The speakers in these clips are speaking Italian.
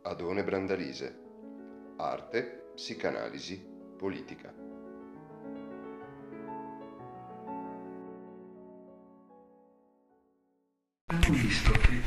Adone Brandalise. Arte, psicanalisi, politica. Abbiamo visto che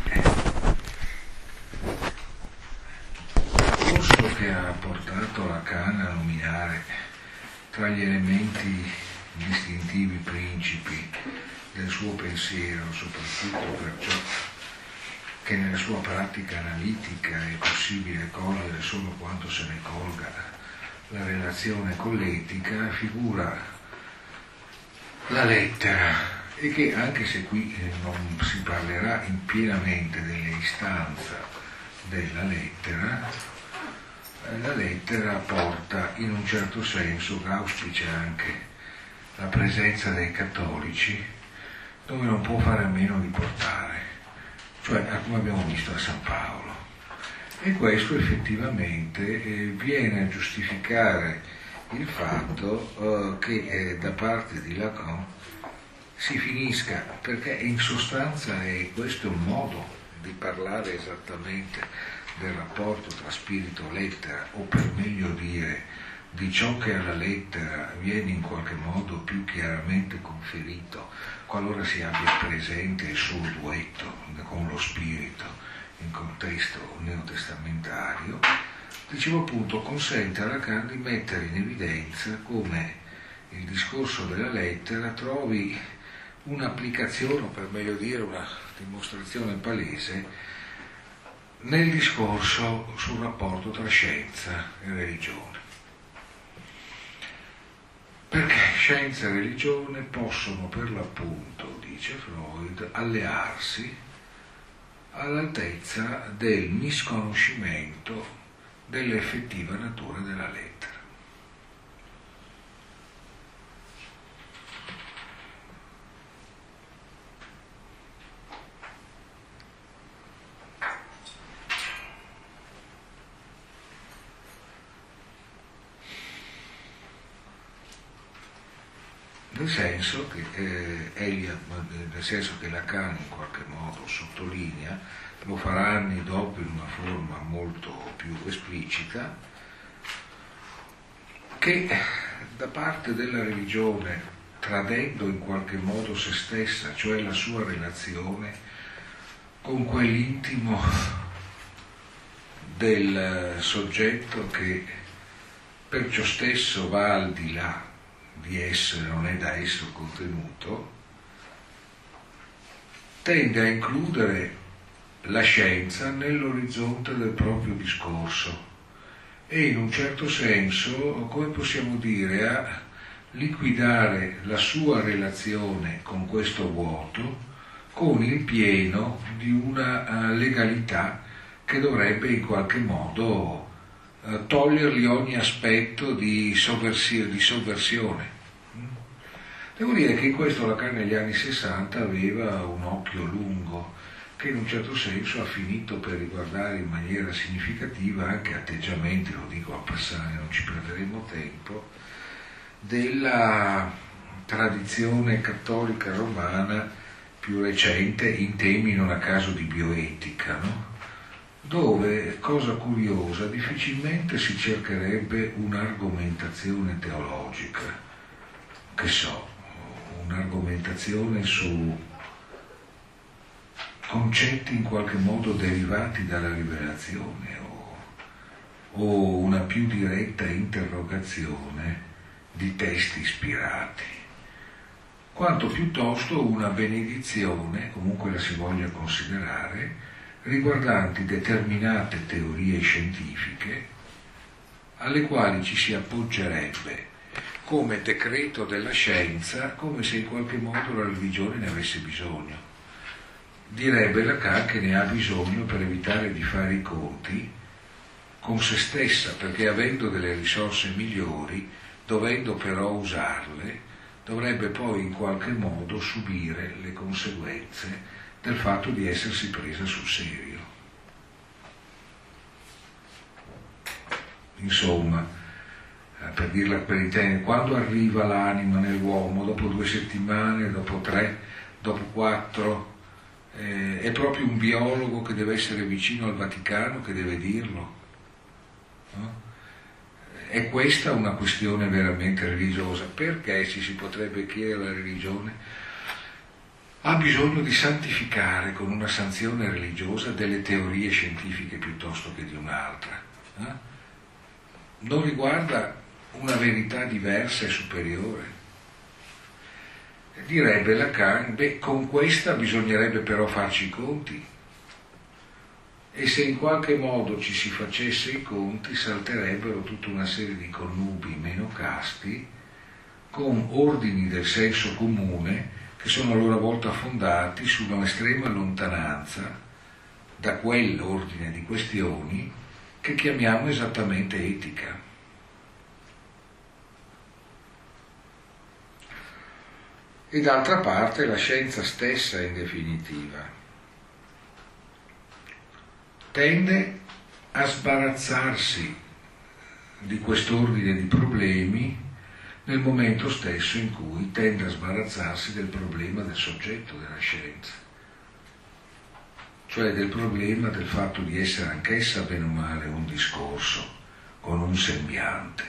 il corso che ha portato Lacan a nominare tra gli elementi distintivi principi del suo pensiero, soprattutto per ciò che nella sua pratica analitica è possibile cogliere solo quanto se ne colga la relazione con l'etica, figura la lettera, e che anche se qui non si parlerà pienamente dell'istanza della lettera, la lettera porta in un certo senso, auspicia anche la presenza dei cattolici, dove non può fare a meno di portare, cioè come abbiamo visto a San Paolo. E questo effettivamente viene a giustificare il fatto che da parte di Lacan si finisca, perché in sostanza è questo il modo di parlare esattamente del rapporto tra spirito e lettera, o per meglio dire di ciò che alla lettera viene in qualche modo più chiaramente conferito qualora si abbia presente il suo duetto con lo spirito in contesto neotestamentario. Dicevo appunto, consente a Lacan di mettere in evidenza come il discorso della lettera trovi un'applicazione, o per meglio dire una dimostrazione palese, nel discorso sul rapporto tra scienza e religione. Perché scienza e religione possono per l'appunto, dice Freud, allearsi all'altezza del misconoscimento dell'effettiva natura della lettera. Nel senso che Lacan in qualche modo sottolinea, lo farà anni dopo in una forma molto più esplicita, che da parte della religione, tradendo in qualche modo se stessa, cioè la sua relazione con quell'intimo del soggetto che per ciò stesso va al di là di essere, non è da esso contenuto, tende a includere la scienza nell'orizzonte del proprio discorso e in un certo senso, come possiamo dire, a liquidare la sua relazione con questo vuoto con il pieno di una legalità che dovrebbe in qualche modo togliergli ogni aspetto di sovversione. Devo dire che in questo Lacan negli anni 60 aveva un occhio lungo, che in un certo senso ha finito per riguardare in maniera significativa anche atteggiamenti, lo dico a passare, non ci perderemo tempo, della tradizione cattolica romana più recente in temi non a caso di bioetica, no? Dove, cosa curiosa, difficilmente si cercherebbe un'argomentazione teologica, che so, un'argomentazione su concetti in qualche modo derivati dalla rivelazione o una più diretta interrogazione di testi ispirati, quanto piuttosto una benedizione, comunque la si voglia considerare, riguardanti determinate teorie scientifiche alle quali ci si appoggerebbe come decreto della scienza, come se in qualche modo la religione ne avesse bisogno. Direbbe Lacan che ne ha bisogno per evitare di fare i conti con se stessa, perché avendo delle risorse migliori, dovendo però usarle, dovrebbe poi in qualche modo subire le conseguenze del fatto di essersi presa sul serio. Insomma, per dirla per intendere, quando arriva l'anima nell'uomo, dopo 2 settimane, dopo 3, dopo 4, È proprio un biologo che deve essere vicino al Vaticano che deve dirlo? No? È questa una questione veramente religiosa? Perché ci si potrebbe chiedere la religione? Ha bisogno di santificare con una sanzione religiosa delle teorie scientifiche piuttosto che di un'altra. Non riguarda una verità diversa e superiore. Direbbe Lacan, con questa bisognerebbe però farci i conti. E se in qualche modo ci si facesse i conti, salterebbero tutta una serie di connubi meno casti con ordini del senso comune che sono a loro volta fondati su un'estrema lontananza da quell'ordine di questioni che chiamiamo esattamente etica. E d'altra parte la scienza stessa, in definitiva, tende a sbarazzarsi di quest'ordine di problemi nel momento stesso in cui tende a sbarazzarsi del problema del soggetto della scienza, cioè del problema del fatto di essere anch'essa bene o male un discorso con un sembiante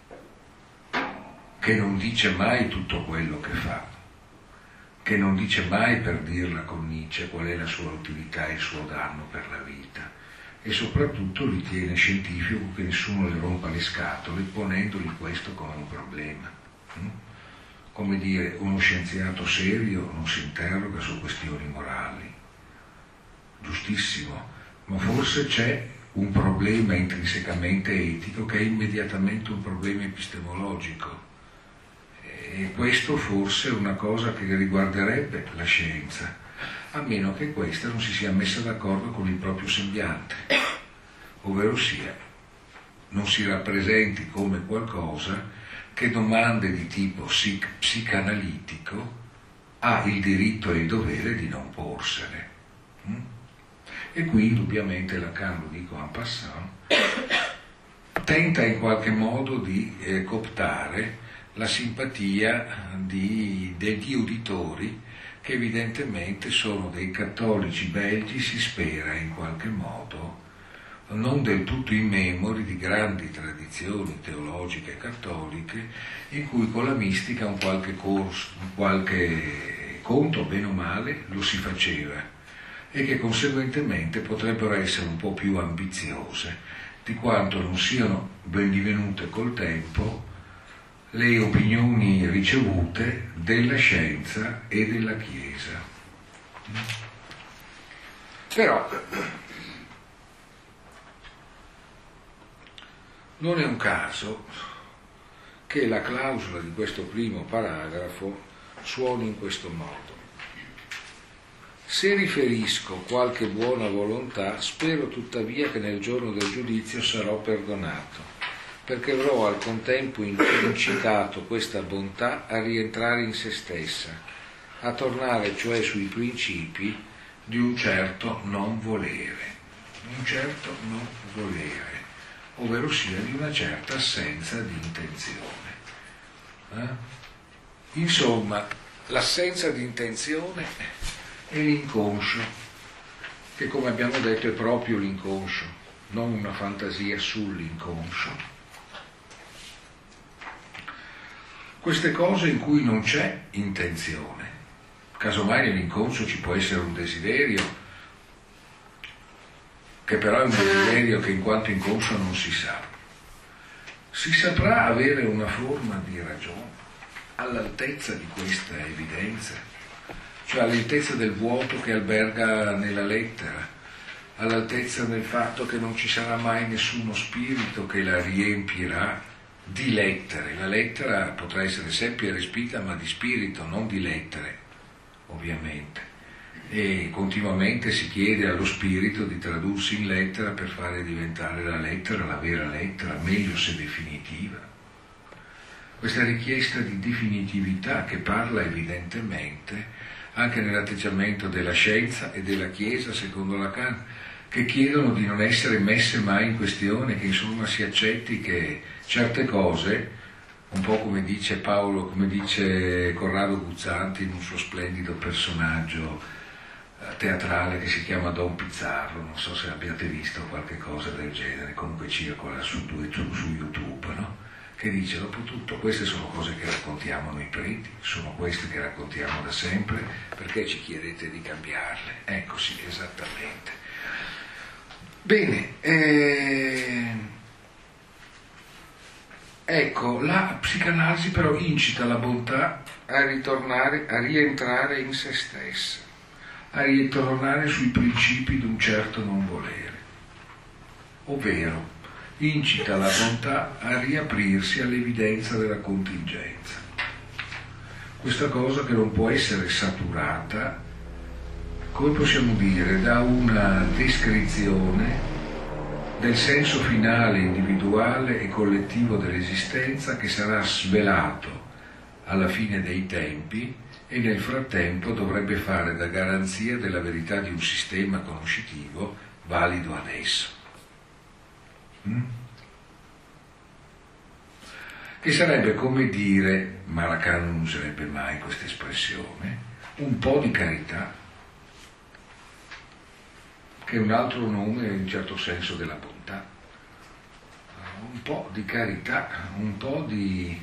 che non dice mai tutto quello che fa, che non dice mai, per dirla con Nietzsche, qual è la sua utilità e il suo danno per la vita, e soprattutto ritiene scientifico che nessuno le rompa le scatole ponendogli questo come un problema. Come dire, uno scienziato serio non si interroga su questioni morali. Giustissimo, ma forse c'è un problema intrinsecamente etico che è immediatamente un problema epistemologico. E questo forse è una cosa che riguarderebbe la scienza, a meno che questa non si sia messa d'accordo con il proprio sembiante, ovvero sia non si rappresenti come qualcosa che domande di tipo psicanalitico ha il diritto e il dovere di non porsene. E qui indubbiamente Lacan, lo dico en passant, tenta in qualche modo di cooptare la simpatia degli uditori che evidentemente sono dei cattolici belgi, si spera in qualche modo, non del tutto immemori di grandi tradizioni teologiche cattoliche, in cui con la mistica un qualche conto, bene o male, lo si faceva, e che conseguentemente potrebbero essere un po' più ambiziose di quanto non siano ben divenute col tempo le opinioni ricevute della scienza e della Chiesa. Però non è un caso che la clausola di questo primo paragrafo suoni in questo modo. Se riferisco qualche buona volontà, spero tuttavia che nel giorno del giudizio sarò perdonato, perché avrò al contempo incitato questa bontà a rientrare in se stessa, a tornare cioè sui principi di un certo non volere, ovvero sia di una certa assenza di intenzione. Insomma, l'assenza di intenzione è l'inconscio, che come abbiamo detto è proprio l'inconscio, non una fantasia sull'inconscio. Queste cose in cui non c'è intenzione, casomai nell'inconscio ci può essere un desiderio, che però è un desiderio che in quanto inconscio non si sa. Si saprà avere una forma di ragione all'altezza di questa evidenza, cioè all'altezza del vuoto che alberga nella lettera, all'altezza del fatto che non ci sarà mai nessuno spirito che la riempirà di lettere. La lettera potrà essere sempre respinta, ma di spirito, non di lettere, ovviamente. E continuamente si chiede allo spirito di tradursi in lettera per fare diventare la lettera la vera lettera, meglio se definitiva. Questa richiesta di definitività che parla evidentemente anche nell'atteggiamento della scienza e della Chiesa, secondo Lacan, che chiedono di non essere messe mai in questione, che insomma si accetti che certe cose, un po' come dice Corrado Guzzanti in un suo splendido personaggio teatrale che si chiama Don Pizzarro, non so se abbiate visto qualche cosa del genere, comunque circola su YouTube, no? Che dice, dopo tutto, queste sono cose che raccontiamo noi preti, sono queste che raccontiamo da sempre, perché ci chiedete di cambiarle? Ecco, sì, esattamente. Bene, ecco, la psicanalisi però incita la bontà a rientrare in se stessa, a ritornare sui principi di un certo non volere, ovvero incita la bontà a riaprirsi all'evidenza della contingenza. Questa cosa che non può essere saturata, come possiamo dire, da una descrizione del senso finale individuale e collettivo dell'esistenza che sarà svelato alla fine dei tempi e nel frattempo dovrebbe fare da garanzia della verità di un sistema conoscitivo valido adesso. Che sarebbe come dire, ma Lacan non userebbe mai questa espressione, un po' di carità, che è un altro nome in un certo senso della bontà. Un po' di carità, un po' di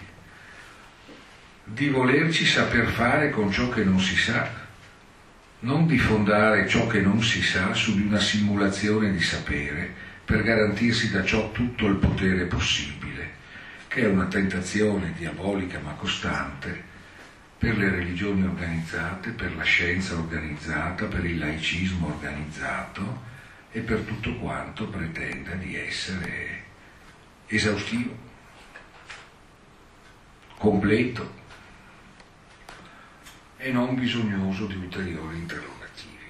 volerci saper fare con ciò che non si sa, non di fondare ciò che non si sa su di una simulazione di sapere per garantirsi da ciò tutto il potere possibile, che è una tentazione diabolica ma costante per le religioni organizzate, per la scienza organizzata, per il laicismo organizzato e per tutto quanto pretenda di essere esaustivo, completo e non bisognoso di ulteriori interrogativi.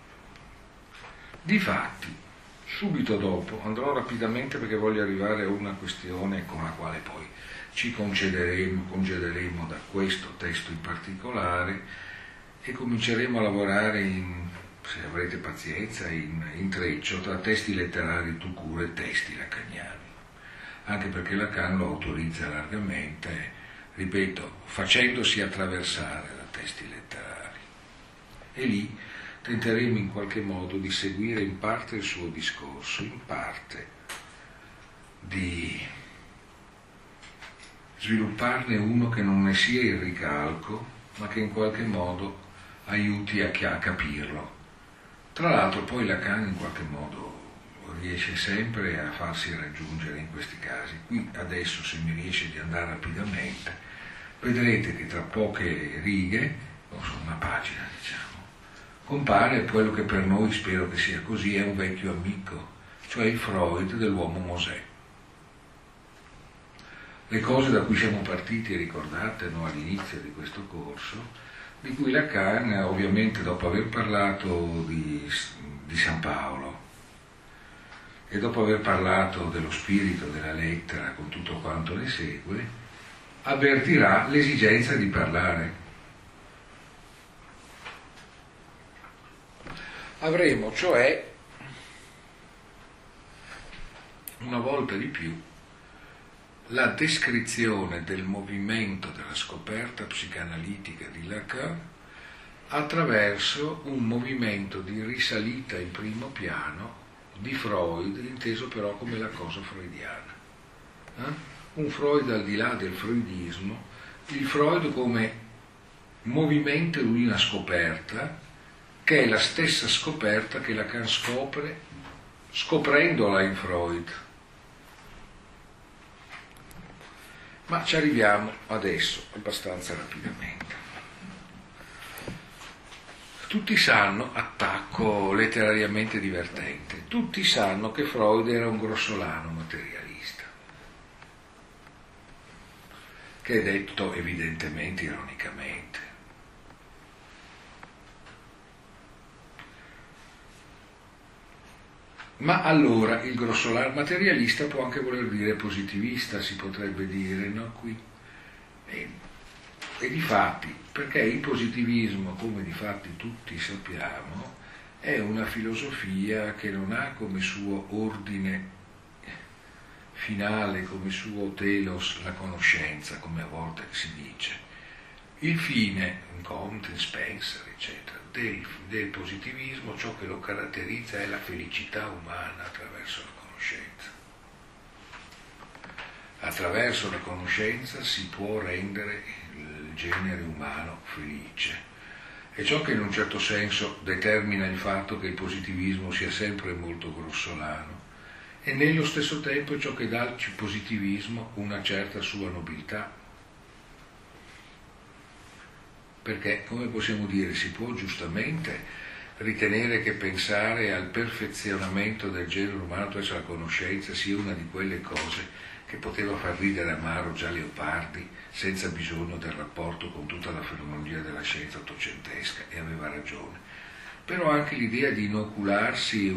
Difatti, subito dopo, andrò rapidamente perché voglio arrivare a una questione con la quale poi ci congederemo da questo testo in particolare e cominceremo a lavorare se avrete pazienza, in intreccio tra testi letterari tout court e testi lacaniani, anche perché Lacan lo autorizza largamente, ripeto, facendosi attraversare da testi letterari. E lì tenteremo in qualche modo di seguire in parte il suo discorso, in parte di svilupparne uno che non ne sia il ricalco, ma che in qualche modo aiuti a capirlo. Tra l'altro poi Lacan in qualche modo riesce sempre a farsi raggiungere in questi casi. Qui adesso, se mi riesce di andare rapidamente, vedrete che tra poche righe, o su una pagina diciamo, compare quello che per noi, spero che sia così, è un vecchio amico, cioè il Freud dell'uomo Mosè. Le cose da cui siamo partiti, ricordate, no, all'inizio di questo corso, di cui Lacan, ovviamente dopo aver parlato di San Paolo e dopo aver parlato dello spirito della lettera con tutto quanto ne segue, avvertirà l'esigenza di parlare. Avremo cioè, una volta di più, la descrizione del movimento della scoperta psicanalitica di Lacan attraverso un movimento di risalita in primo piano di Freud, inteso però come la cosa freudiana. Un Freud al di là del freudismo, il Freud come movimento di una scoperta che è la stessa scoperta che Lacan scopre scoprendola in Freud. Ma ci arriviamo adesso abbastanza rapidamente. Tutti sanno, attacco letterariamente divertente, tutti sanno che Freud era un grossolano materialista, che è detto evidentemente ironicamente. Ma allora il grossolano materialista può anche voler dire positivista, si potrebbe dire, no? Qui. E difatti, perché il positivismo, come difatti tutti sappiamo, è una filosofia che non ha come suo ordine finale, come suo telos la conoscenza, come a volte si dice, Il fine, Comte, Spencer, eccetera, del positivismo, ciò che lo caratterizza è la felicità umana attraverso la conoscenza. Attraverso la conoscenza si può rendere il genere umano felice. È ciò che in un certo senso determina il fatto che il positivismo sia sempre molto grossolano e nello stesso tempo è ciò che dà al positivismo una certa sua nobiltà. Perché, come possiamo dire, si può giustamente ritenere che pensare al perfezionamento del genere umano attraverso la conoscenza sia una di quelle cose che poteva far ridere amaro già Leopardi senza bisogno del rapporto con tutta la fenomenologia della scienza ottocentesca, e aveva ragione. Però anche l'idea di inocularsi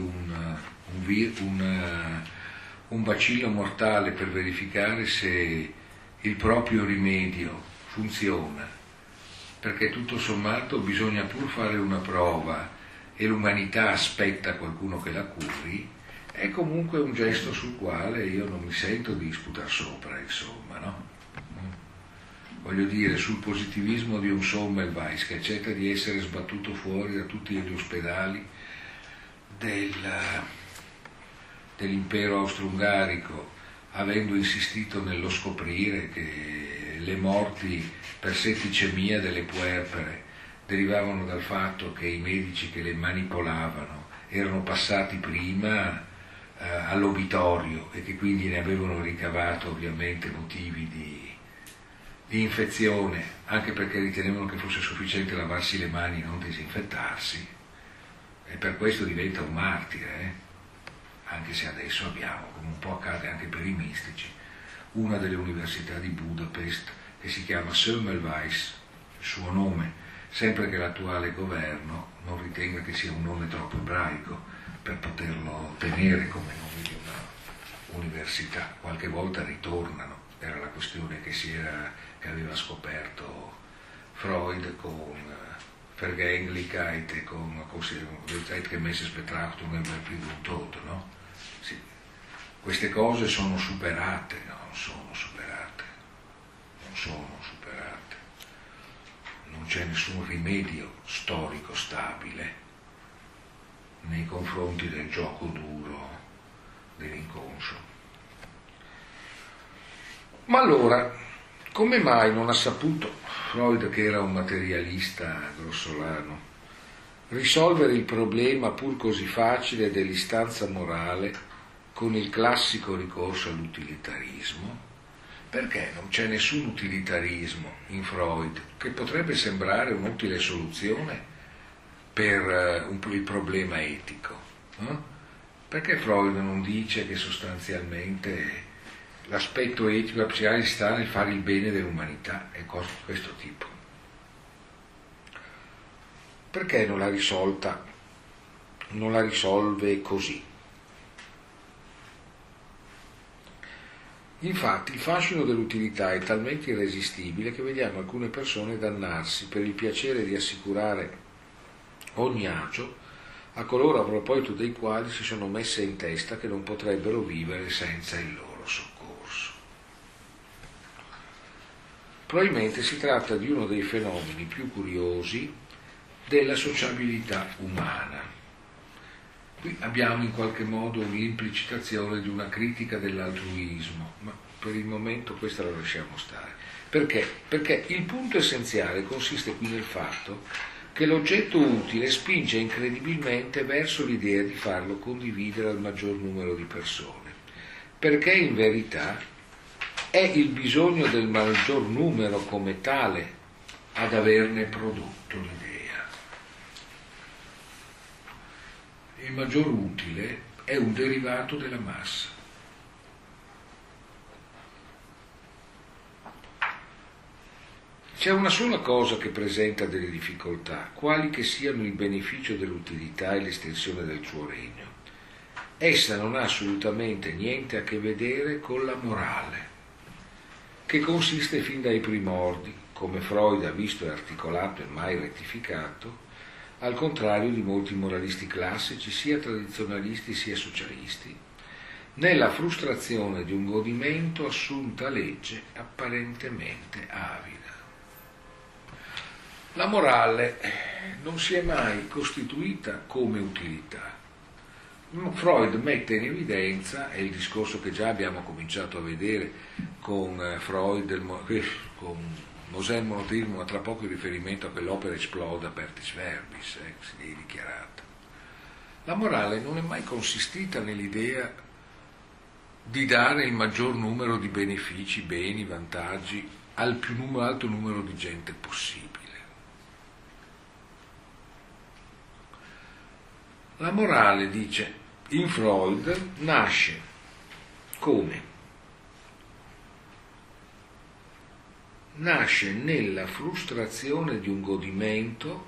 un bacillo mortale per verificare se il proprio rimedio funziona, perché tutto sommato bisogna pur fare una prova e l'umanità aspetta qualcuno che la curi, è comunque un gesto sul quale io non mi sento di sputar sopra, insomma, no? Voglio dire, sul positivismo di un Semmelweis che accetta di essere sbattuto fuori da tutti gli ospedali dell'impero austro-ungarico, avendo insistito nello scoprire che le morti per setticemia delle puerpere derivavano dal fatto che i medici che le manipolavano erano passati prima all'obitorio e che quindi ne avevano ricavato ovviamente motivi di infezione, anche perché ritenevano che fosse sufficiente lavarsi le mani e non disinfettarsi, e per questo diventa un martire, anche se adesso abbiamo, come un po' accade anche per i mistici, una delle università di Budapest che si chiama Semmelweis, il suo nome, sempre che l'attuale governo non ritenga che sia un nome troppo ebraico per poterlo tenere come nome di una università. Qualche volta ritornano, era la questione che aveva scoperto Freud con Vergänglichkeit e con Zeitgemäßes Betrachtung über Bildung Tod, no? Sì. Queste cose sono superate, no? Non sono superate, non c'è nessun rimedio storico stabile nei confronti del gioco duro dell'inconscio. Ma allora, come mai non ha saputo Freud, che era un materialista grossolano, risolvere il problema pur così facile dell'istanza morale con il classico ricorso all'utilitarismo? Perché non c'è nessun utilitarismo in Freud che potrebbe sembrare un'utile soluzione per il problema etico? Perché Freud non dice che sostanzialmente l'aspetto etico della psicanalisi sta nel fare il bene dell'umanità e cose di questo tipo? Perché non la risolve così? Infatti il fascino dell'utilità è talmente irresistibile che vediamo alcune persone dannarsi per il piacere di assicurare ogni agio a coloro a proposito dei quali si sono messe in testa che non potrebbero vivere senza il loro soccorso. Probabilmente si tratta di uno dei fenomeni più curiosi della sociabilità umana. Qui abbiamo in qualche modo l'implicitazione di una critica dell'altruismo, ma per il momento questa la lasciamo stare. Perché? Perché il punto essenziale consiste qui nel fatto che l'oggetto utile spinge incredibilmente verso l'idea di farlo condividere al maggior numero di persone, perché in verità è il bisogno del maggior numero come tale ad averne prodotto l'idea. Il maggior utile è un derivato della massa. C'è una sola cosa che presenta delle difficoltà, quali che siano il beneficio dell'utilità e l'estensione del suo regno. Essa non ha assolutamente niente a che vedere con la morale, che consiste fin dai primordi, come Freud ha visto e articolato e mai rettificato, al contrario di molti moralisti classici, sia tradizionalisti sia socialisti, nella frustrazione di un godimento assunta legge apparentemente avida. La morale non si è mai costituita come utilità. Freud mette in evidenza, è il discorso che già abbiamo cominciato a vedere con Freud, con Mosè il monoteismo, ma tra poco il riferimento a quell'opera Exploda apertis verbis, si è dichiarata. La morale non è mai consistita nell'idea di dare il maggior numero di benefici, beni, vantaggi al più alto numero di gente possibile. La morale, dice in Freud, nasce come? Nasce nella frustrazione di un godimento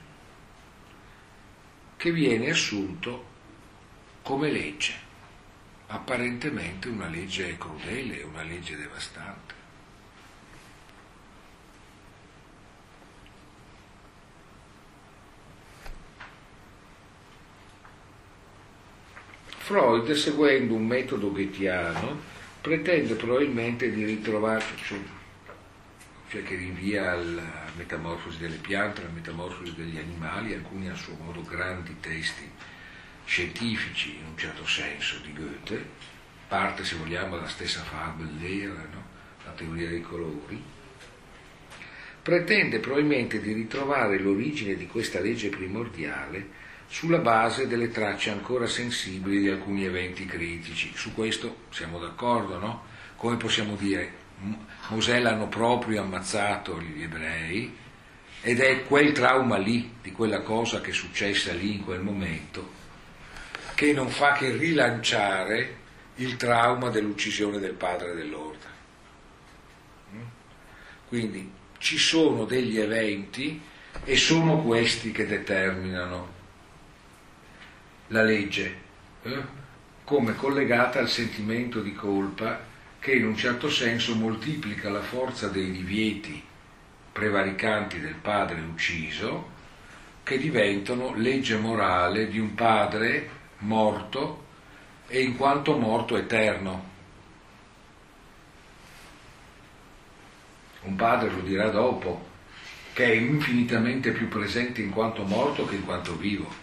che viene assunto come legge, apparentemente una legge crudele, una legge devastante. Freud, seguendo un metodo goethiano, pretende probabilmente di ritrovarsi, cioè che rinvia alla metamorfosi delle piante, alla metamorfosi degli animali, alcuni a suo modo grandi testi scientifici, in un certo senso, di Goethe, parte, se vogliamo, dalla stessa Fabellera, no? La teoria dei colori, pretende probabilmente di ritrovare l'origine di questa legge primordiale sulla base delle tracce ancora sensibili di alcuni eventi critici. Su questo siamo d'accordo, no? Come possiamo dire, Mosè l'hanno proprio ammazzato gli ebrei, ed è quel trauma lì, di quella cosa che è successa lì in quel momento, che non fa che rilanciare il trauma dell'uccisione del padre dell'Orda. Quindi ci sono degli eventi e sono questi che determinano la legge, come collegata al sentimento di colpa che in un certo senso moltiplica la forza dei divieti prevaricanti del padre ucciso, che diventano legge morale di un padre morto e in quanto morto eterno. Un padre, lo dirà dopo, che è infinitamente più presente in quanto morto che in quanto vivo.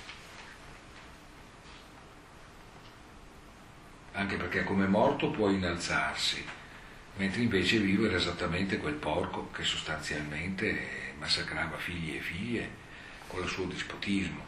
Anche perché come morto può innalzarsi, mentre invece vivo era esattamente quel porco che sostanzialmente massacrava figli e figlie con il suo dispotismo.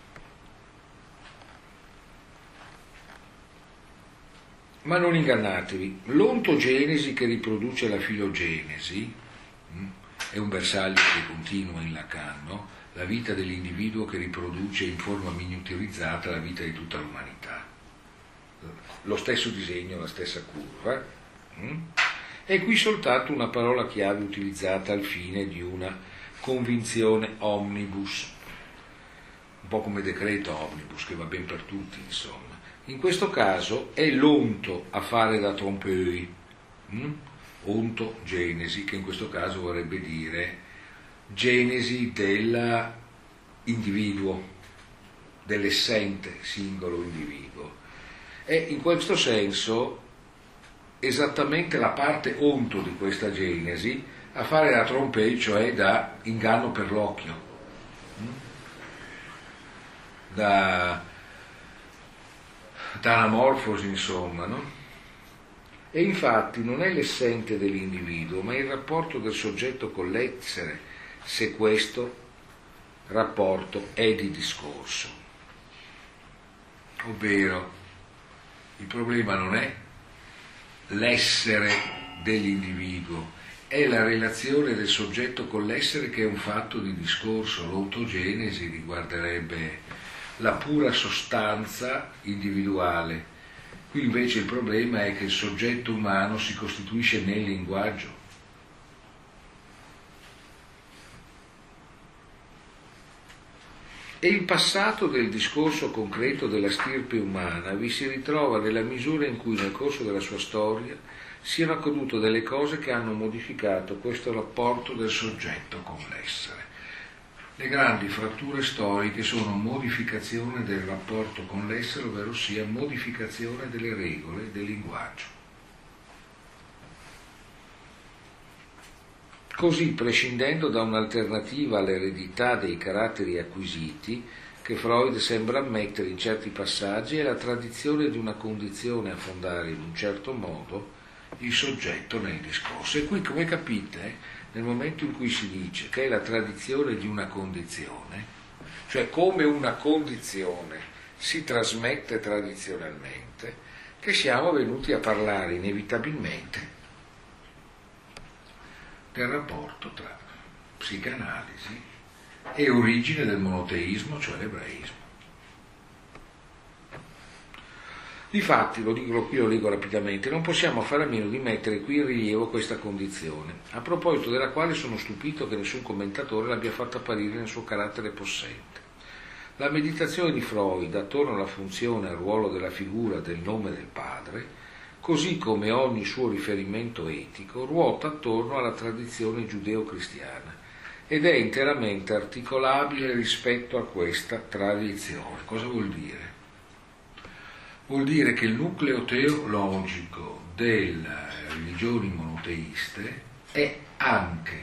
Ma non ingannatevi, l'ontogenesi che riproduce la filogenesi è un bersaglio che continua in Lacan, no? La vita dell'individuo che riproduce in forma miniaturizzata la vita di tutta l'umanità. Lo stesso disegno, la stessa curva, è qui soltanto una parola chiave utilizzata al fine di una convinzione omnibus, un po' come decreto omnibus, che va ben per tutti, insomma. In questo caso è l'onto a fare da trompeuil, ontogenesi, che in questo caso vorrebbe dire genesi dell'individuo, dell'essente singolo individuo. È in questo senso esattamente la parte onto di questa genesi a fare da trompeuil, cioè da inganno per l'occhio, da anamorfosi, insomma, no? E infatti non è l'essente dell'individuo, ma il rapporto del soggetto con l'essere, se questo rapporto è di discorso. Ovvero, il problema non è l'essere dell'individuo, è la relazione del soggetto con l'essere che è un fatto di discorso. L'ontogenesi riguarderebbe la pura sostanza individuale. Qui invece il problema è che il soggetto umano si costituisce nel linguaggio. E il passato del discorso concreto della stirpe umana vi si ritrova nella misura in cui nel corso della sua storia siano accadute delle cose che hanno modificato questo rapporto del soggetto con l'essere. Le grandi fratture storiche sono modificazione del rapporto con l'essere, ovvero sia modificazione delle regole del linguaggio. così prescindendo da un'alternativa all'eredità dei caratteri acquisiti, che Freud sembra ammettere in certi passaggi, è la tradizione di una condizione a fondare in un certo modo il soggetto nel discorso. E qui, come capite, nel momento in cui si dice che è la tradizione di una condizione, cioè come una condizione si trasmette tradizionalmente, che siamo venuti a parlare inevitabilmente del rapporto tra psicanalisi e origine del monoteismo, cioè l'ebraismo. Difatti, lo leggo rapidamente, non possiamo fare a meno di mettere qui in rilievo questa condizione, a proposito della quale sono stupito che nessun commentatore l'abbia fatta apparire nel suo carattere possente. La meditazione di Freud attorno alla funzione e al ruolo della figura del nome del padre, così come ogni suo riferimento etico, ruota attorno alla tradizione giudeo-cristiana ed è interamente articolabile rispetto a questa tradizione. Cosa vuol dire? Vuol dire che il nucleo teologico delle religioni monoteiste è anche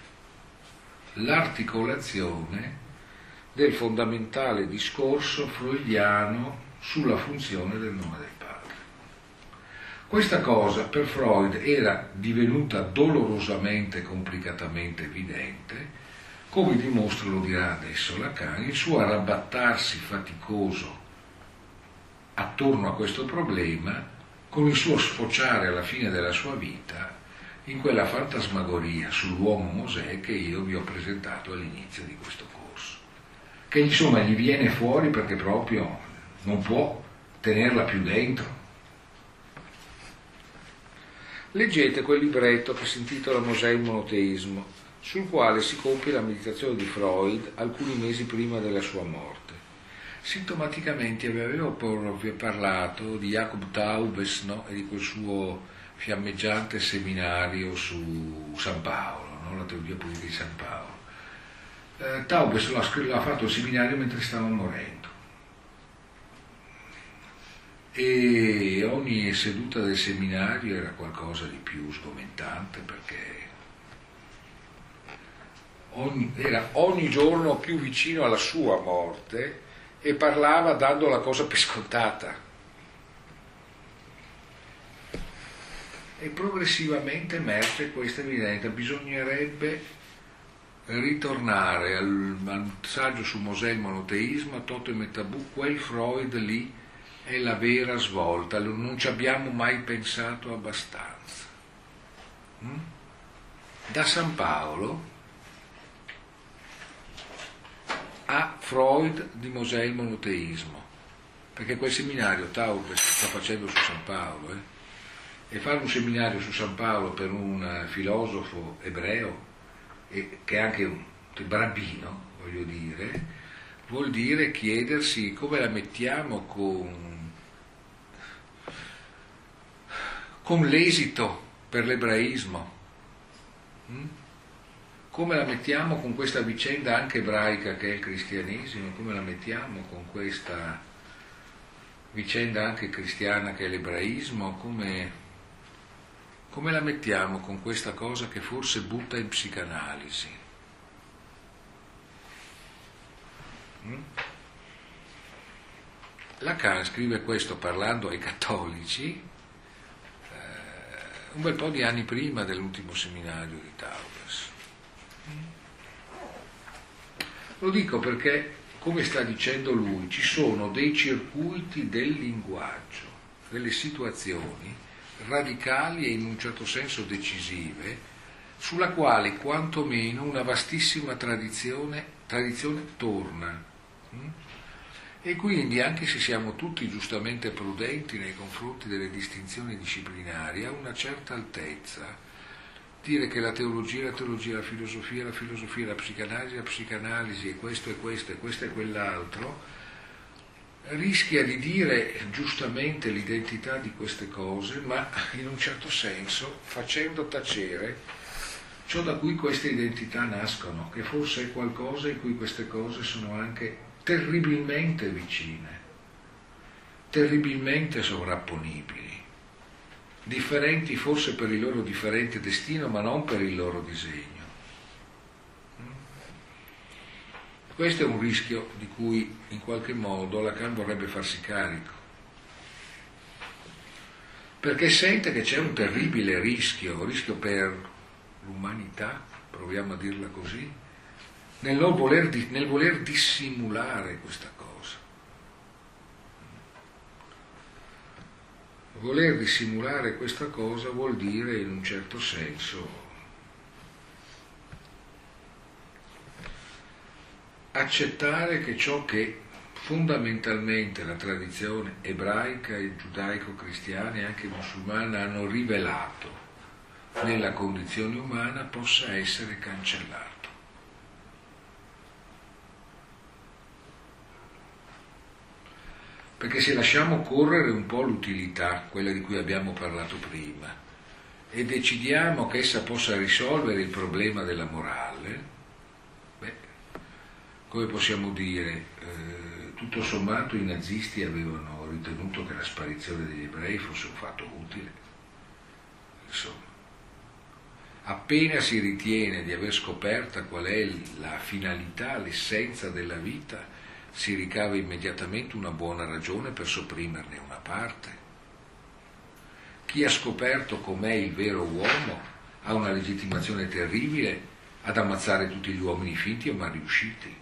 l'articolazione del fondamentale discorso freudiano sulla funzione del nome del padre. Questa cosa per Freud era divenuta dolorosamente e complicatamente evidente, come dimostra, lo dirà adesso Lacan, il suo arrabattarsi faticoso attorno a questo problema, con il suo sfociare alla fine della sua vita in quella fantasmagoria sull'uomo Mosè che io vi ho presentato all'inizio di questo corso, che insomma gli viene fuori perché proprio non può tenerla più dentro. Leggete quel libretto che si intitola Mosè e il monoteismo, sul quale si compie la meditazione di Freud alcuni mesi prima della sua morte. Sintomaticamente avevo parlato di Jacob Taubes, no? E di quel suo fiammeggiante seminario su San Paolo, no? La teologia politica di San Paolo. Taubes l'ha fatto il seminario mentre stava morendo. E ogni seduta del seminario era qualcosa di più sgomentante, perché era ogni giorno più vicino alla sua morte e parlava dando la cosa per scontata. E progressivamente emerge questa evidenza: bisognerebbe ritornare al saggio su Mosè e il monoteismo, a Toto e Metabù, quel Freud lì è la vera svolta, non ci abbiamo mai pensato abbastanza. Da San Paolo a Freud di Mosè e il monoteismo, perché quel seminario Taubes sta facendo su San Paolo, e fare un seminario su San Paolo per un filosofo ebreo, che è anche un rabbino, voglio dire, vuol dire chiedersi come la mettiamo con l'esito per l'ebraismo, come la mettiamo con questa vicenda anche ebraica che è il cristianesimo, come la mettiamo con questa vicenda anche cristiana che è l'ebraismo, come la mettiamo con questa cosa che forse butta in psicanalisi. Lacan scrive questo parlando ai cattolici un bel po' di anni prima dell'ultimo seminario di Taubes. Lo dico perché, come sta dicendo lui, ci sono dei circuiti del linguaggio, delle situazioni radicali e in un certo senso decisive, sulla quale quantomeno una vastissima tradizione torna. E quindi, anche se siamo tutti giustamente prudenti nei confronti delle distinzioni disciplinari, ha una certa altezza dire che la teologia è la teologia, la filosofia è la psicanalisi, e questo è questo, e questo è quell'altro, rischia di dire giustamente l'identità di queste cose, ma in un certo senso facendo tacere ciò da cui queste identità nascono, che forse è qualcosa in cui queste cose sono anche terribilmente vicine, terribilmente sovrapponibili, differenti forse per il loro differente destino, ma non per il loro disegno. Questo è un rischio di cui in qualche modo Lacan vorrebbe farsi carico, perché sente che c'è un terribile rischio per l'umanità, proviamo a dirla così, nel voler dissimulare questa cosa. Voler dissimulare questa cosa vuol dire, in un certo senso, accettare che ciò che fondamentalmente la tradizione ebraica e giudaico-cristiana e anche musulmana hanno rivelato nella condizione umana possa essere cancellato. Perché se lasciamo correre un po' l'utilità, quella di cui abbiamo parlato prima, e decidiamo che essa possa risolvere il problema della morale, come possiamo dire, tutto sommato i nazisti avevano ritenuto che la sparizione degli ebrei fosse un fatto utile. Insomma, appena si ritiene di aver scoperta qual è la finalità, l'essenza della vita, si ricava immediatamente una buona ragione per sopprimerne una parte. Chi ha scoperto com'è il vero uomo ha una legittimazione terribile ad ammazzare tutti gli uomini finti o mal riusciti.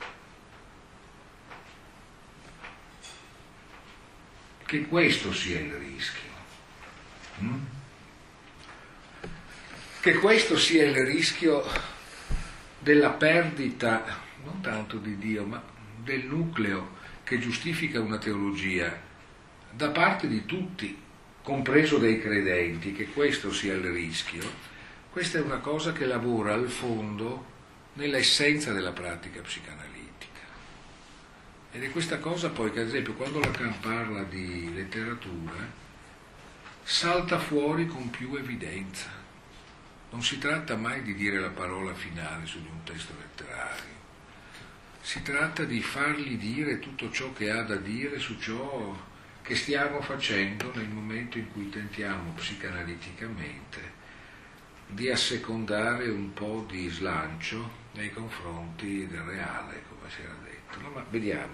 Che questo sia il rischio. Che questo sia il rischio della perdita, non tanto di Dio, ma del nucleo che giustifica una teologia da parte di tutti, compreso dei credenti, che questo sia il rischio. Questa è una cosa che lavora al fondo nell'essenza della pratica psicanalitica. Ed è questa cosa poi che, ad esempio, quando Lacan parla di letteratura, salta fuori con più evidenza. Non si tratta mai di dire la parola finale su di un testo letterario. Si tratta di fargli dire tutto ciò che ha da dire su ciò che stiamo facendo nel momento in cui tentiamo psicanaliticamente di assecondare un po' di slancio nei confronti del reale, come si era detto. No, ma vediamo.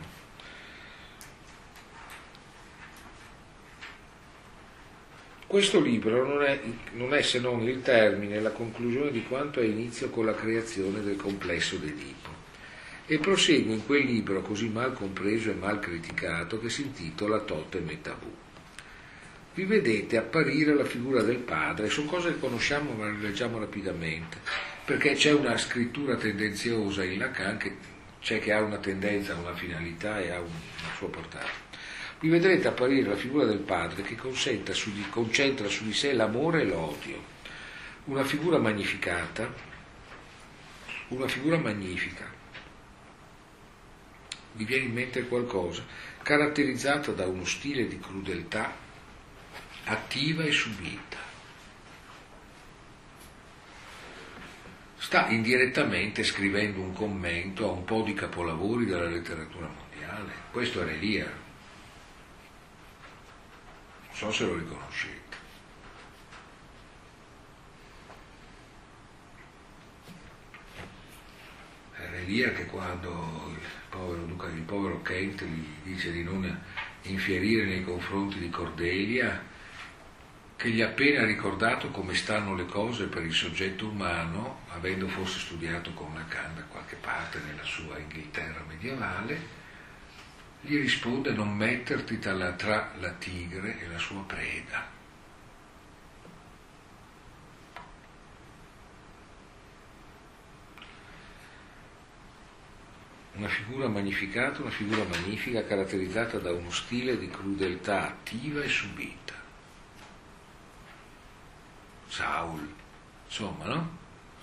Questo libro non è se non il termine, la conclusione di quanto ha inizio con la creazione del complesso d'Edipo, e prosegue in quel libro così mal compreso e mal criticato che si intitola Totem e Tabù. Vi vedete apparire la figura del padre, sono cose che conosciamo ma le leggiamo rapidamente, perché c'è una scrittura tendenziosa in Lacan che c'è che ha una tendenza, una finalità e ha una sua portata. Vi vedrete apparire la figura del padre che concentra su di sé l'amore e l'odio, una figura magnifica, vi viene in mente qualcosa, caratterizzata da uno stile di crudeltà attiva e subita. Sta indirettamente scrivendo un commento a un po' di capolavori della letteratura mondiale. Questo è Relia. Non so se lo riconoscete. È Relia che quando il povero Kent gli dice di non infierire nei confronti di Cordelia, che gli ha appena ricordato come stanno le cose per il soggetto umano, avendo forse studiato con Lacan da qualche parte nella sua Inghilterra medievale, gli risponde: non metterti tra la tigre e la sua preda. Una figura magnificata, una figura magnifica caratterizzata da uno stile di crudeltà attiva e subita. Saul, insomma, no?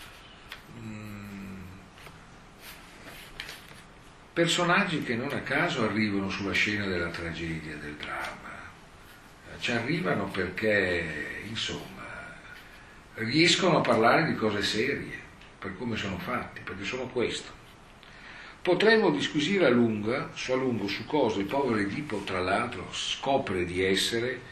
Personaggi che non a caso arrivano sulla scena della tragedia, del dramma. Ci arrivano perché, insomma, riescono a parlare di cose serie, per come sono fatti, perché sono questo. Potremmo disquisire a lungo su cosa il povero Edipo, tra l'altro, scopre di essere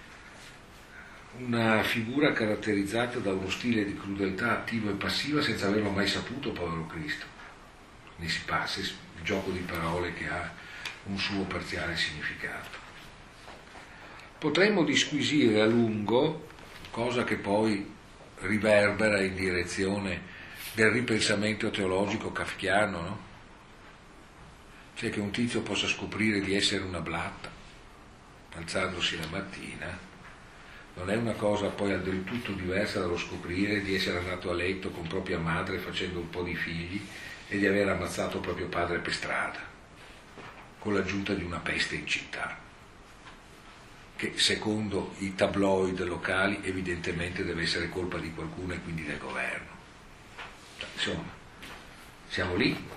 una figura caratterizzata da uno stile di crudeltà attiva e passiva senza averlo mai saputo, povero Cristo. ne si passa, il gioco di parole che ha un suo parziale significato. Potremmo disquisire a lungo, cosa che poi riverbera in direzione del ripensamento teologico kafkiano, no? Cioè che un tizio possa scoprire di essere una blatta alzandosi la mattina non è una cosa poi del tutto diversa dallo scoprire di essere andato a letto con propria madre facendo un po' di figli e di aver ammazzato proprio padre per strada con l'aggiunta di una peste in città che secondo i tabloid locali evidentemente deve essere colpa di qualcuno e quindi del governo. Insomma, siamo lì.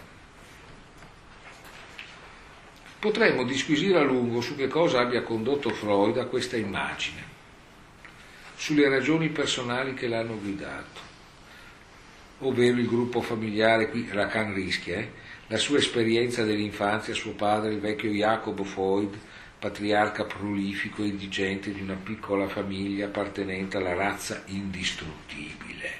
Potremmo disquisire a lungo su che cosa abbia condotto Freud a questa immagine, sulle ragioni personali che l'hanno guidato, ovvero il gruppo familiare, qui Lacan rischia, la sua esperienza dell'infanzia, suo padre, il vecchio Jacob Freud, patriarca prolifico e indigente di una piccola famiglia appartenente alla razza indistruttibile.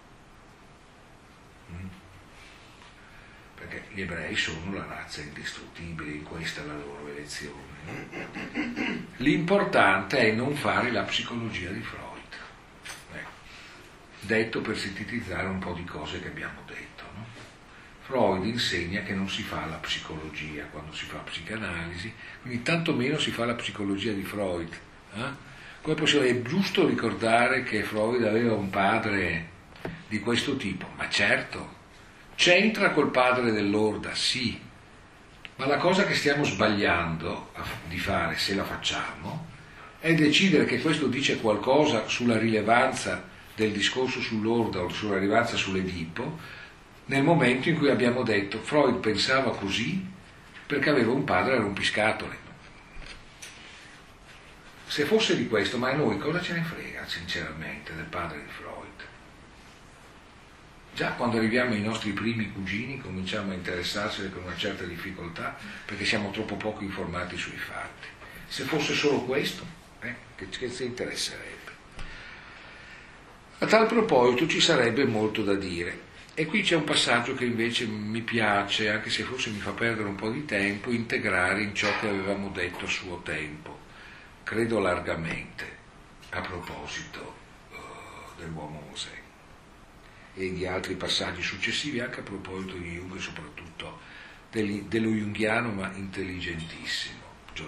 Perché gli ebrei sono la razza indistruttibile, in questa la loro elezione. L'importante è non fare la psicologia di Freud, detto per sintetizzare un po' di cose che abbiamo detto. No? Freud insegna che non si fa la psicologia quando si fa psicanalisi, quindi tantomeno si fa la psicologia di Freud. Come è giusto ricordare che Freud aveva un padre di questo tipo, ma certo, c'entra col padre dell'Orda, sì, ma la cosa che stiamo sbagliando di fare, se la facciamo, è decidere che questo dice qualcosa sulla rilevanza del discorso sull'Orda o sulla rilevanza sull'Edipo, nel momento in cui abbiamo detto Freud pensava così perché aveva un padre rompiscatole. Se fosse di questo, ma a noi cosa ce ne frega sinceramente del padre di Freud? Già quando arriviamo ai nostri primi cugini cominciamo a interessarsene con una certa difficoltà perché siamo troppo poco informati sui fatti. Se fosse solo questo, che ci interesserebbe? A tal proposito ci sarebbe molto da dire. E qui c'è un passaggio che invece mi piace, anche se forse mi fa perdere un po' di tempo, integrare in ciò che avevamo detto a suo tempo, credo largamente, a proposito dell'uomo Mosè e di altri passaggi successivi, anche a proposito di Jung e soprattutto dello junghiano ma intelligentissimo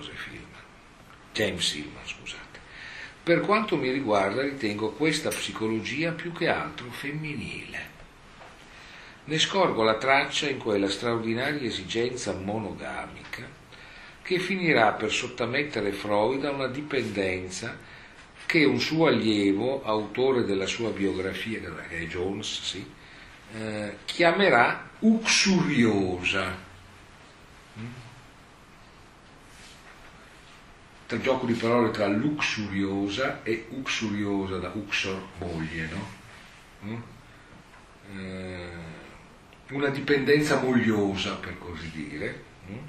James Hillman, scusate. Per quanto mi riguarda ritengo questa psicologia più che altro femminile. Ne scorgo la traccia in quella straordinaria esigenza monogamica che finirà per sottomettere Freud a una dipendenza che un suo allievo, autore della sua biografia, che è Jones, sì, chiamerà uxuriosa. Tra gioco di parole tra luxuriosa e uxuriosa, da uxor, moglie, no? Una dipendenza mogliosa, per così dire.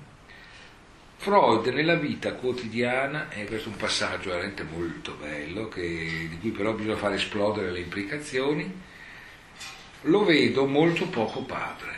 Freud nella vita quotidiana, e questo è un passaggio veramente molto bello, di cui però bisogna fare esplodere le implicazioni, lo vedo molto poco padre.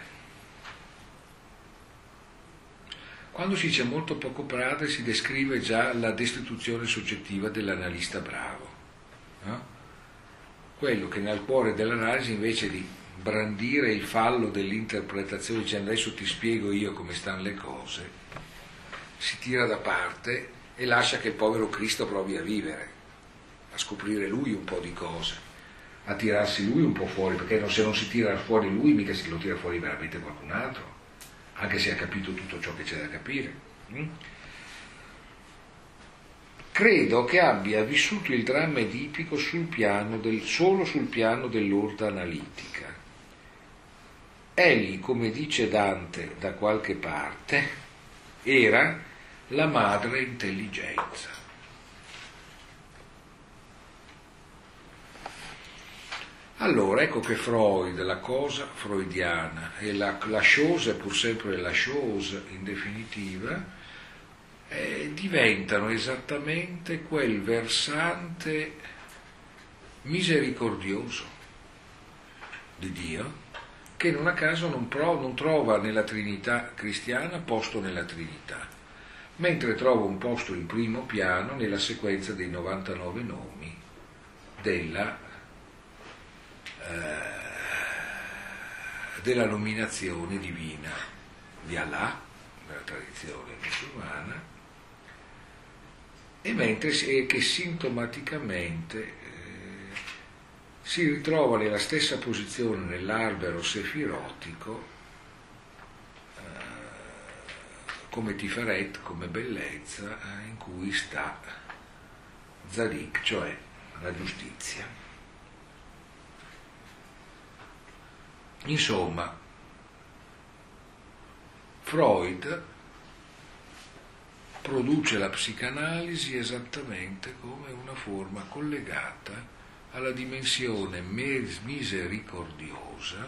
Quando si dice molto poco padre si descrive già la destituzione soggettiva dell'analista bravo. No? Quello che nel cuore dell'analisi, invece di brandire il fallo dell'interpretazione dicendo adesso ti spiego io come stanno le cose, si tira da parte e lascia che il povero Cristo provi a vivere, a scoprire lui un po' di cose, a tirarsi lui un po' fuori, perché se non si tira fuori lui mica si lo tira fuori veramente qualcun altro, anche se ha capito tutto ciò che c'è da capire. Credo che abbia vissuto il dramma edipico solo sul piano dell'orda analitica. Egli, come dice Dante da qualche parte, era la madre intelligenza. Allora ecco che Freud, la cosa freudiana e la chose, pur sempre la chose in definitiva, diventano esattamente quel versante misericordioso di Dio che non a caso non trova nella Trinità cristiana posto nella Trinità, mentre trova un posto in primo piano nella sequenza dei 99 nomi della nominazione divina di Allah, nella tradizione musulmana, e mentre che sintomaticamente si ritrova nella stessa posizione nell'albero sefirotico come Tiferet, come bellezza, in cui sta Zadik, cioè la giustizia. Insomma, Freud produce la psicanalisi esattamente come una forma collegata alla dimensione misericordiosa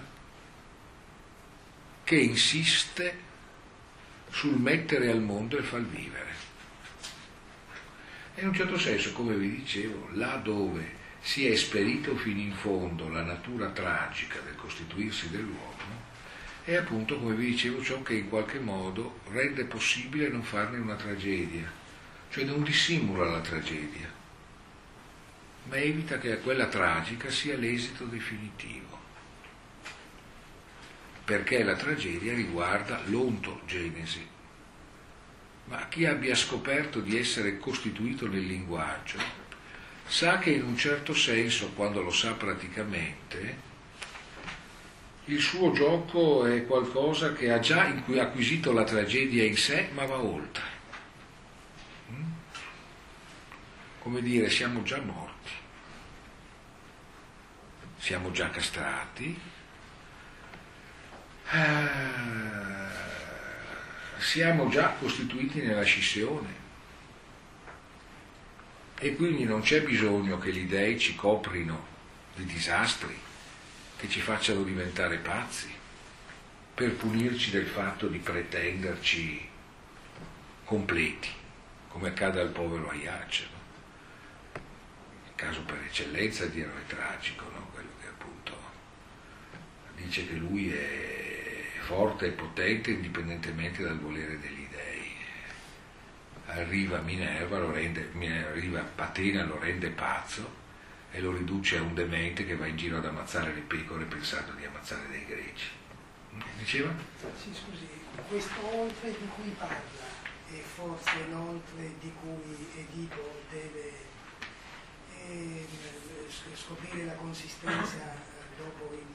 che insiste sul mettere al mondo e far vivere. E in un certo senso, come vi dicevo, là dove si è esperito fino in fondo la natura tragica del costituirsi dell'uomo, è appunto, come vi dicevo, ciò che in qualche modo rende possibile non farne una tragedia, cioè non dissimula la tragedia, ma evita che quella tragica sia l'esito definitivo, perché la tragedia riguarda l'ontogenesi. Ma chi abbia scoperto di essere costituito nel linguaggio sa che in un certo senso, quando lo sa praticamente, il suo gioco è qualcosa che ha già acquisito la tragedia in sé, ma va oltre. Come dire, siamo già morti, siamo già castrati, siamo già costituiti nella scissione, e quindi non c'è bisogno che gli dei ci coprino di disastri, che ci facciano diventare pazzi, per punirci del fatto di pretenderci completi, come accade al povero Aiace, no? Il caso per eccellenza di eroe tragico, no? Quello che appunto dice che lui è forte e potente indipendentemente dal volere degli dei. Arriva Minerva, arriva Atena, lo rende pazzo e lo riduce a un demente che va in giro ad ammazzare le pecore pensando di ammazzare dei greci. Diceva? Sì, scusi, questo oltre di cui parla è forse l'oltre di cui Edipo deve scoprire la consistenza dopo il...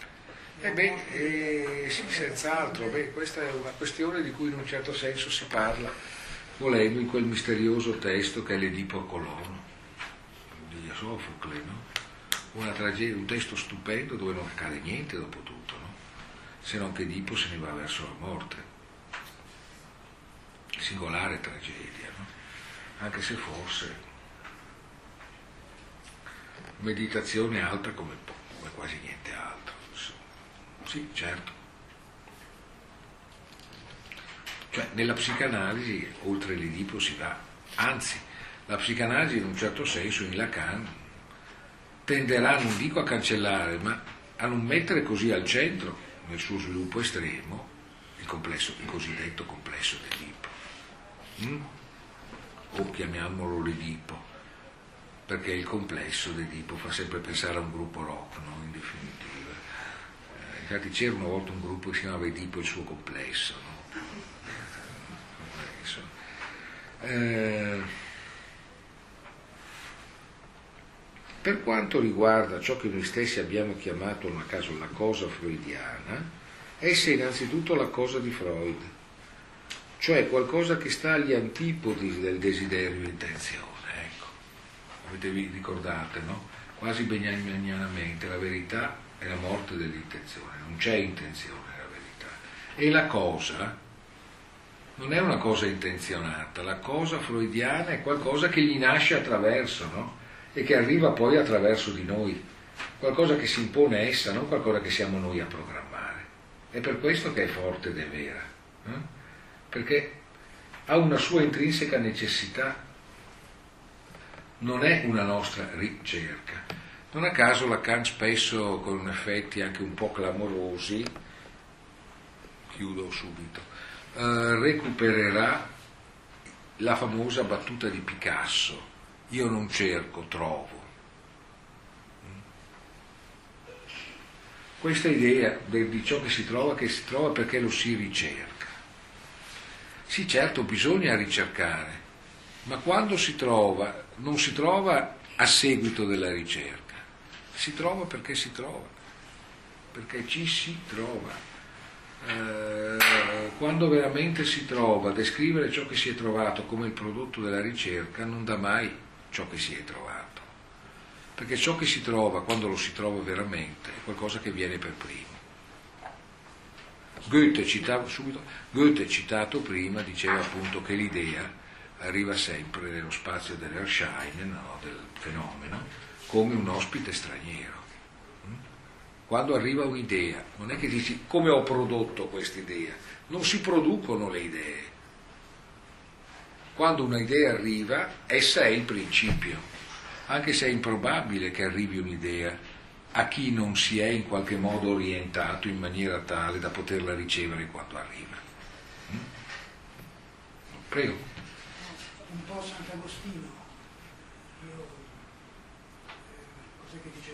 Sì, senz'altro. Questa è una questione di cui in un certo senso si parla, volendo, in quel misterioso testo che è l'Edipo Colono di Sofocle, no? Una tragedia, un testo stupendo dove non accade niente dopo tutto, no? Se non che Edipo se ne va verso la morte. Singolare tragedia, no? Anche se forse meditazione alta come quasi niente altro. Sì, certo. Cioè, nella psicanalisi, oltre l'Edipo si va, anzi, la psicanalisi in un certo senso, in Lacan, tenderà, non dico a cancellare, ma a non mettere così al centro, nel suo sviluppo estremo, il cosiddetto complesso d'Edipo. O chiamiamolo l'Edipo, perché il complesso d'Edipo fa sempre pensare a un gruppo rock, no? In definitiva. Infatti c'era una volta un gruppo che si chiamava Edipo il suo complesso, no? Per quanto riguarda ciò che noi stessi abbiamo chiamato non a caso la cosa freudiana, essa è innanzitutto la cosa di Freud, cioè qualcosa che sta agli antipodi del desiderio e intenzione. Ecco, vi ricordate, no? Quasi benignanamente, la verità è la morte dell'intenzione, non c'è intenzione nella verità. E la cosa non è una cosa intenzionata, la cosa freudiana è qualcosa che gli nasce attraverso, no? E che arriva poi attraverso di noi, qualcosa che si impone essa, non qualcosa che siamo noi a programmare. È per questo che è forte ed è vera, perché ha una sua intrinseca necessità, non è una nostra ricerca. Non a caso Lacan spesso con effetti anche un po' clamorosi, chiudo subito, recupererà la famosa battuta di Picasso: io non cerco, trovo. Questa idea di ciò che si trova perché lo si ricerca. Sì, certo, bisogna ricercare, ma quando si trova, non si trova a seguito della ricerca, si trova, perché ci si trova. Quando veramente si trova, descrivere ciò che si è trovato come il prodotto della ricerca non dà mai ciò che si è trovato, perché ciò che si trova, quando lo si trova veramente, è qualcosa che viene per primo. Goethe, citato prima, diceva appunto che l'idea arriva sempre nello spazio dell'Erscheinen, no, del fenomeno, come un ospite straniero. Quando arriva un'idea, non è che dici come ho prodotto quest'idea, non si producono le idee. Quando un'idea arriva, essa è il principio, anche se è improbabile che arrivi un'idea a chi non si è in qualche modo orientato in maniera tale da poterla ricevere quando arriva. Prego. Un po' Sant'Agostino, cos'è che diceva?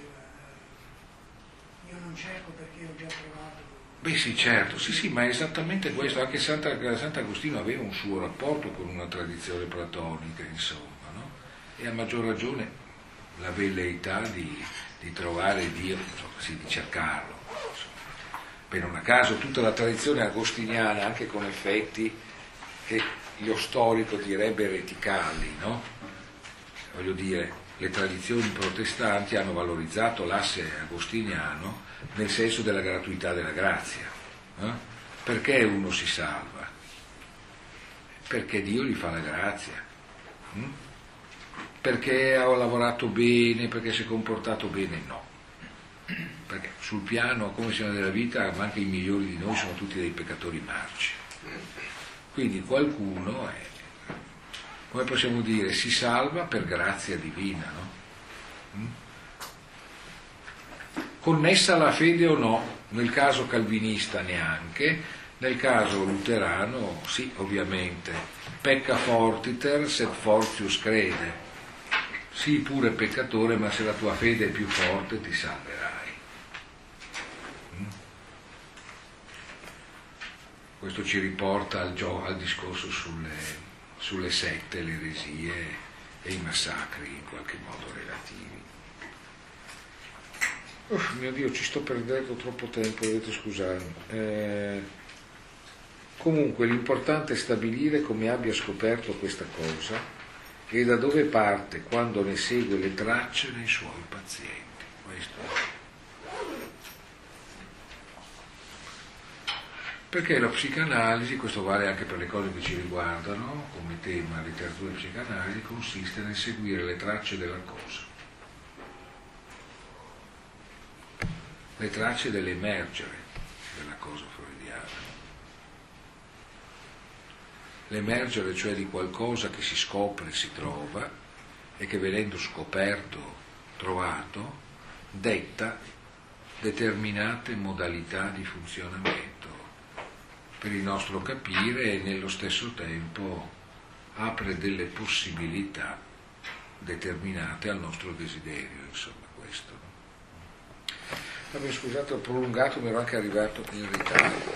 Io non cerco perché ho già trovato. Beh sì, certo, sì, ma è esattamente questo. Anche Sant'Agostino aveva un suo rapporto con una tradizione platonica, insomma, no? E a maggior ragione la velleità di trovare Dio, di cercarlo. Insomma. Beh, non a caso tutta la tradizione agostiniana, anche con effetti che lo storico direbbe ereticali, no? Voglio dire, le tradizioni protestanti hanno valorizzato l'asse agostiniano nel senso della gratuità della grazia. Perché uno si salva? Perché Dio gli fa la grazia. Perché ha lavorato bene, perché si è comportato bene? No. Perché sul piano, come siamo della vita, anche i migliori di noi sono tutti dei peccatori marci. Quindi qualcuno è, come possiamo dire, si salva per grazia divina, no? Connessa alla fede o no? Nel caso calvinista neanche, nel caso luterano sì, ovviamente. Pecca fortiter sed fortius crede. Sii pure peccatore, ma se la tua fede è più forte ti salverai. Questo ci riporta al discorso sulle sette, le eresie e i massacri in qualche modo relativi. Mio Dio, ci sto perdendo troppo tempo, dovete scusarmi. Comunque l'importante è stabilire come abbia scoperto questa cosa e da dove parte quando ne segue le tracce nei suoi pazienti. Questo è. Perché la psicanalisi, questo vale anche per le cose che ci riguardano, come tema letteratura e psicanalisi, consiste nel seguire le tracce della cosa, le tracce dell'emergere della cosa freudiana, l'emergere cioè di qualcosa che si scopre, si trova e che venendo scoperto, trovato, detta determinate modalità di funzionamento per il nostro capire e nello stesso tempo apre delle possibilità determinate al nostro desiderio, insomma questo. Scusate, ho prolungato, mi ero anche arrivato in ritardo.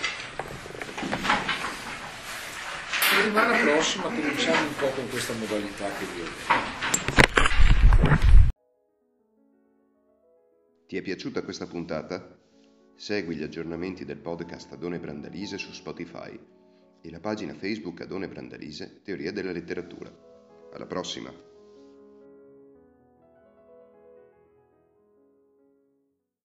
Settimana prossima cominciamo un po' con questa modalità che vi ho detto. Ti è piaciuta questa puntata? Segui gli aggiornamenti del podcast Adone Brandalise su Spotify e la pagina Facebook Adone Brandalise Teoria della letteratura. Alla prossima!